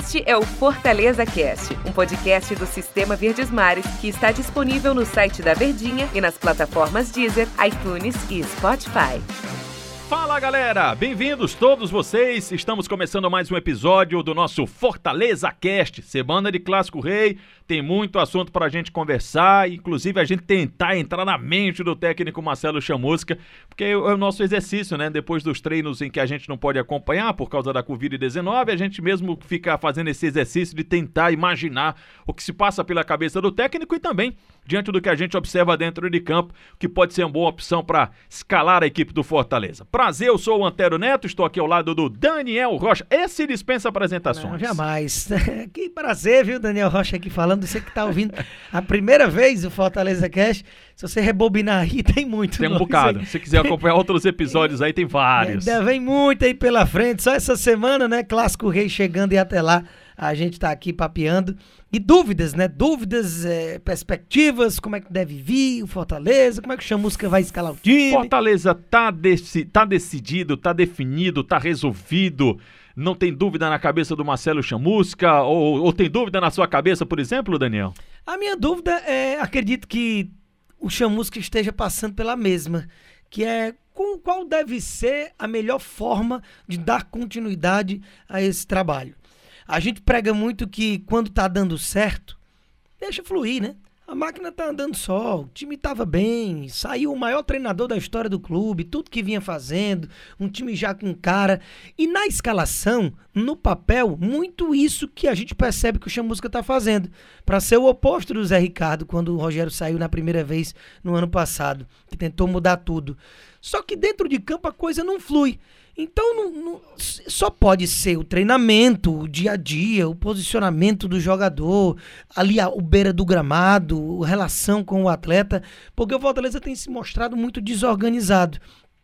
Este é o Fortaleza Cast, um podcast do Sistema Verdes Mares que está disponível no site da Verdinha e nas plataformas Deezer, iTunes e Spotify. Fala galera, bem-vindos todos vocês, estamos começando mais um episódio do nosso Fortaleza Cast, semana de Clássico Rei, tem muito assunto pra gente conversar, inclusive a gente tentar entrar na mente do técnico Marcelo Chamusca, porque é o nosso exercício, né, depois dos treinos em que a gente não pode acompanhar por causa da Covid-19, a gente mesmo fica fazendo esse exercício de tentar imaginar o que se passa pela cabeça do técnico e também diante do que a gente observa dentro de campo, que pode ser uma boa opção para escalar a equipe do Fortaleza. Prazer, eu sou o Antero Neto, estou aqui ao lado do Daniel Rocha. Esse dispensa apresentações. Não, jamais. Que prazer, viu, Daniel Rocha aqui falando. Você que está ouvindo a primeira vez o Fortaleza Cast. Se você rebobinar aí, tem muito. Tem um bocado. Se quiser acompanhar outros episódios aí, tem vários. Vem muito aí pela frente. Só essa semana, né? Clássico Rei chegando e até lá a gente tá aqui papeando. E dúvidas, né? Dúvidas, perspectivas, como é que deve vir o Fortaleza, como é que o Chamusca vai escalar o time. Fortaleza tá decidido, tá definido, tá resolvido. Não tem dúvida na cabeça do Marcelo Chamusca? Ou tem dúvida na sua cabeça, por exemplo, Daniel? A minha dúvida é, acredito que o Chamusca esteja passando pela mesma, que é qual deve ser a melhor forma de dar continuidade a esse trabalho. A gente prega muito que quando tá dando certo, deixa fluir, né? A máquina tá andando só, o time tava bem, saiu o maior treinador da história do clube, tudo que vinha fazendo, um time já com cara. E na escalação, no papel, muito isso que a gente percebe que o Chamusca tá fazendo. Para ser o oposto do Zé Ricardo, quando o Rogério saiu na primeira vez no ano passado, que tentou mudar tudo. Só que dentro de campo a coisa não flui. Então só pode ser o treinamento, o dia a dia, o posicionamento do jogador, ali o beira do gramado, a relação com o atleta, porque o Fortaleza tem se mostrado muito desorganizado.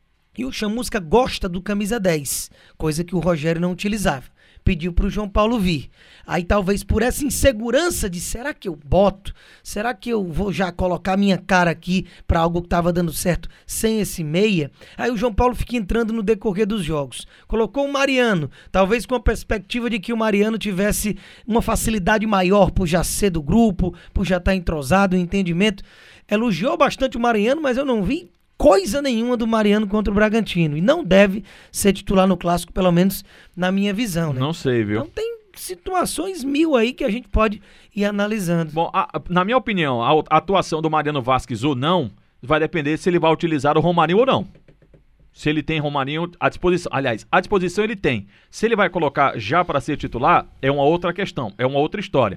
E o Chamusca gosta do camisa 10, coisa que o Rogério não utilizava. Pediu para o João Paulo vir. Aí talvez por essa insegurança de será que eu boto? Será que eu vou já colocar minha cara aqui para algo que estava dando certo sem esse meia? Aí o João Paulo fica entrando no decorrer dos jogos. Colocou o Mariano, talvez com a perspectiva de que o Mariano tivesse uma facilidade maior por já ser do grupo, por já estar entrosado, entendimento. Elogiou bastante o Mariano, mas eu não vi coisa nenhuma do Mariano contra o Bragantino. E não deve ser titular no Clássico, pelo menos na minha visão, né? Não sei, viu? Então tem situações mil aí que a gente pode ir analisando. Bom, na minha opinião, a atuação do Mariano Vasquez ou não, vai depender se ele vai utilizar o Romarinho ou não. Se ele tem Romarinho à disposição. Aliás, à disposição ele tem. Se ele vai colocar já para ser titular, é uma outra questão, é uma outra história.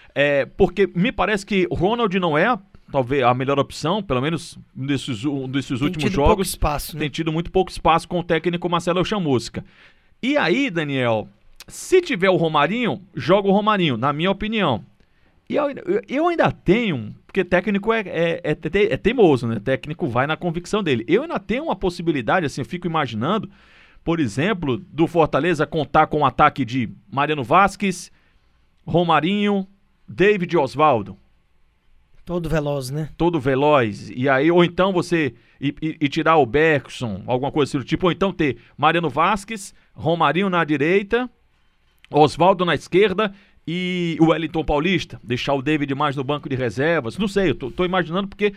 Porque me parece que o Ronald não é talvez a melhor opção, pelo menos desses últimos jogos. Pouco espaço, né? Tem tido muito pouco espaço com o técnico Marcelo Chamusca. E aí, Daniel, se tiver o Romarinho, joga o Romarinho, na minha opinião. E eu ainda tenho, porque técnico é teimoso, né? Técnico vai na convicção dele. Eu ainda tenho uma possibilidade, assim, eu fico imaginando, por exemplo, do Fortaleza contar com um ataque de Mariano Vasquez, Romarinho, David e Osvaldo. Todo veloz, né? Todo veloz. E aí, ou então você e tirar o Bergson, alguma coisa assim do tipo, ou então ter Mariano Vasquez, Romarinho na direita, Osvaldo na esquerda e o Wellington Paulista. Deixar o David mais no banco de reservas. Não sei, eu tô imaginando porque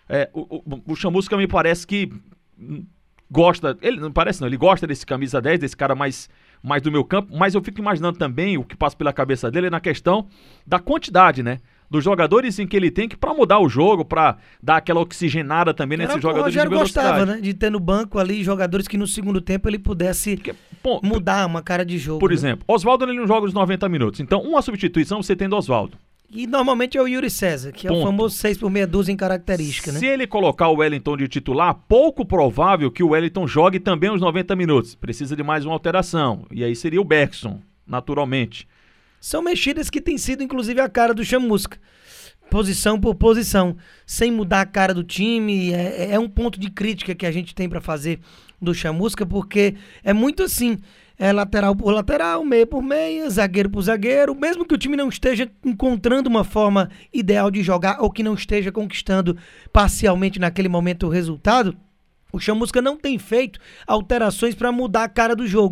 o Chamusca me parece que gosta, ele não parece não, ele gosta desse camisa 10, desse cara mais do meu campo, mas eu fico imaginando também o que passa pela cabeça dele na questão da quantidade, né? Dos jogadores em que ele tem que para mudar o jogo, para dar aquela oxigenada também nesses jogadores de velocidade. O Rogério gostava, né, de ter no banco ali jogadores que no segundo tempo ele pudesse mudar uma cara de jogo. Por exemplo, Osvaldo ele não joga os 90 minutos, então uma substituição você tem do Osvaldo. E normalmente é o Yuri César, que é o famoso 6 por meia dúzia em característica, né? Se ele colocar o Wellington de titular, pouco provável que o Wellington jogue também os 90 minutos. Precisa de mais uma alteração, e aí seria o Bergson, naturalmente. São mexidas que têm sido, inclusive, a cara do Chamusca. Posição por posição. Sem mudar a cara do time. É um ponto de crítica que a gente tem para fazer do Chamusca, porque é muito assim. É lateral por lateral, meia por meia, zagueiro por zagueiro. Mesmo que o time não esteja encontrando uma forma ideal de jogar ou que não esteja conquistando parcialmente naquele momento o resultado, o Chamusca não tem feito alterações para mudar a cara do jogo.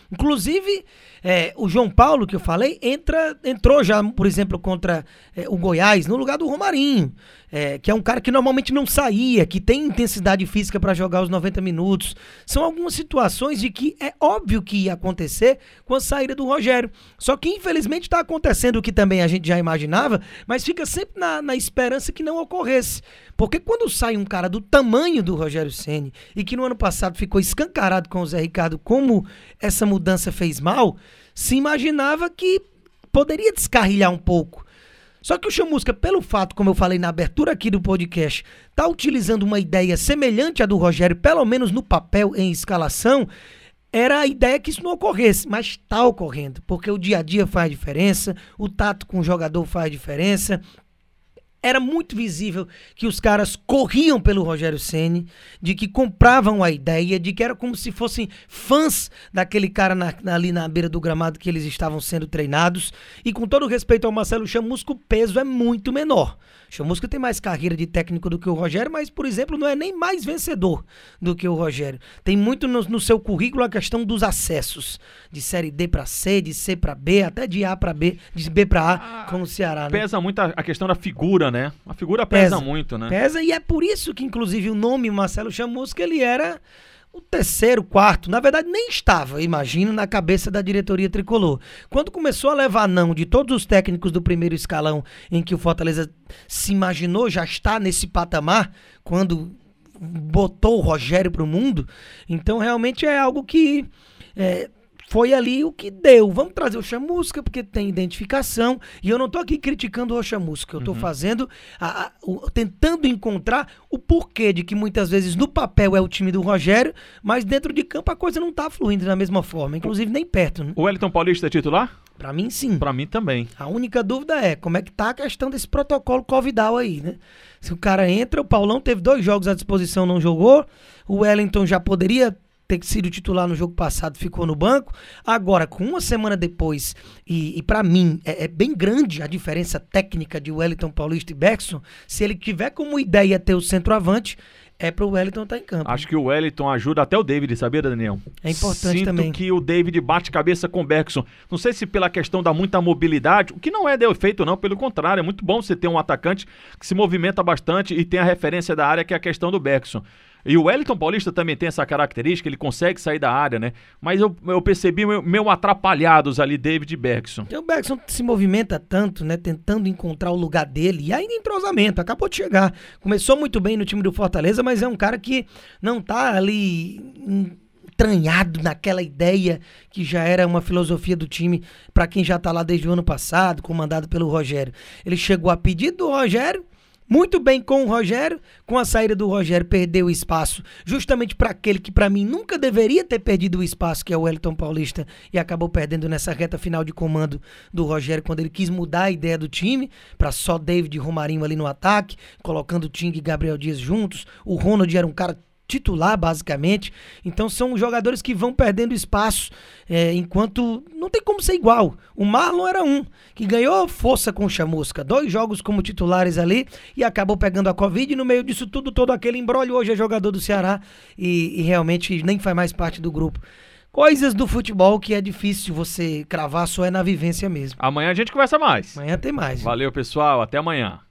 Inclusive, o João Paulo, que eu falei, entrou já, por exemplo, contra o Goiás, no lugar do Romarinho, que é um cara que normalmente não saía, que tem intensidade física para jogar os 90 minutos. São algumas situações de que é óbvio que ia acontecer com a saída do Rogério. Só que, infelizmente, está acontecendo o que também a gente já imaginava, mas fica sempre na esperança que não ocorresse. Porque quando sai um cara do tamanho do Rogério Ceni e que no ano passado ficou escancarado com o Zé Ricardo como essa mudança fez mal, se imaginava que poderia descarrilhar um pouco. Só que o Chamusca, pelo fato, como eu falei na abertura aqui do podcast, tá utilizando uma ideia semelhante à do Rogério, pelo menos no papel, em escalação, era a ideia que isso não ocorresse, mas está ocorrendo, porque o dia a dia faz diferença, o tato com o jogador faz diferença. Era muito visível que os caras corriam pelo Rogério Ceni, de que compravam a ideia, de que era como se fossem fãs daquele cara ali na beira do gramado que eles estavam sendo treinados. E com todo respeito ao Marcelo Chamusca, o peso é muito menor. O Chamusca tem mais carreira de técnico do que o Rogério, mas, por exemplo, não é nem mais vencedor do que o Rogério. Tem muito no seu currículo a questão dos acessos, de série D para C, de C para B, até de A para B, de B para A, como o Ceará. Né? Pesa muito a questão da figura, né? A figura pesa muito, né? Pesa, e é por isso que, inclusive, o nome Marcelo Chamusca, ele era o terceiro, quarto, na verdade nem estava, imagino, na cabeça da diretoria tricolor. Quando começou a levar não de todos os técnicos do primeiro escalão, em que o Fortaleza se imaginou já estar nesse patamar, quando botou o Rogério pro mundo, então realmente é algo que foi ali o que deu. Vamos trazer o Chamusca, porque tem identificação. E eu não tô aqui criticando o Chamusca. Eu tô fazendo, tentando encontrar o porquê de que muitas vezes no papel é o time do Rogério, mas dentro de campo a coisa não tá fluindo da mesma forma. Inclusive nem perto. Né? O Wellington Paulista é titular? Pra mim, sim. Pra mim também. A única dúvida é como é que tá a questão desse protocolo Covidal aí, né? Se o cara entra, o Paulão teve 2 jogos à disposição, não jogou. O Wellington já poderia ter sido titular no jogo passado, ficou no banco. Agora, com uma semana depois, e pra mim, é bem grande a diferença técnica de Wellington Paulista e Bergson, se ele tiver como ideia ter o centroavante, é pro Wellington estar em campo. Acho que o Wellington ajuda até o David, sabia, Daniel? É importante também. Sinto que o David bate cabeça com o Bergson. Não sei se pela questão da muita mobilidade, o que não é defeito não, pelo contrário, é muito bom você ter um atacante que se movimenta bastante e tem a referência da área, que é a questão do Bergson. E o Wellington Paulista também tem essa característica, ele consegue sair da área, né? Mas eu percebi meio atrapalhados ali, David e Bergson. O Bergson se movimenta tanto, né? Tentando encontrar o lugar dele. E ainda entrosamento, acabou de chegar. Começou muito bem no time do Fortaleza, mas é um cara que não tá ali entranhado naquela ideia que já era uma filosofia do time para quem já tá lá desde o ano passado, comandado pelo Rogério. Ele chegou a pedido do Rogério, muito bem com o Rogério, com a saída do Rogério perdeu o espaço justamente para aquele que para mim nunca deveria ter perdido o espaço, que é o Wellington Paulista, e acabou perdendo nessa reta final de comando do Rogério, quando ele quis mudar a ideia do time para só David e Romarinho ali no ataque, colocando Ting e Gabriel Dias juntos. O Ronald era um cara titular, basicamente. Então são jogadores que vão perdendo espaço, enquanto não tem como ser igual. O Marlon era um que ganhou força com o Chamusca, 2 jogos como titulares ali e acabou pegando a Covid, e no meio disso tudo, todo aquele imbróglio, hoje é jogador do Ceará e realmente nem faz mais parte do grupo. Coisas do futebol que é difícil você cravar, só é na vivência mesmo. Amanhã a gente conversa mais. Amanhã tem mais. Valeu, pessoal, até amanhã.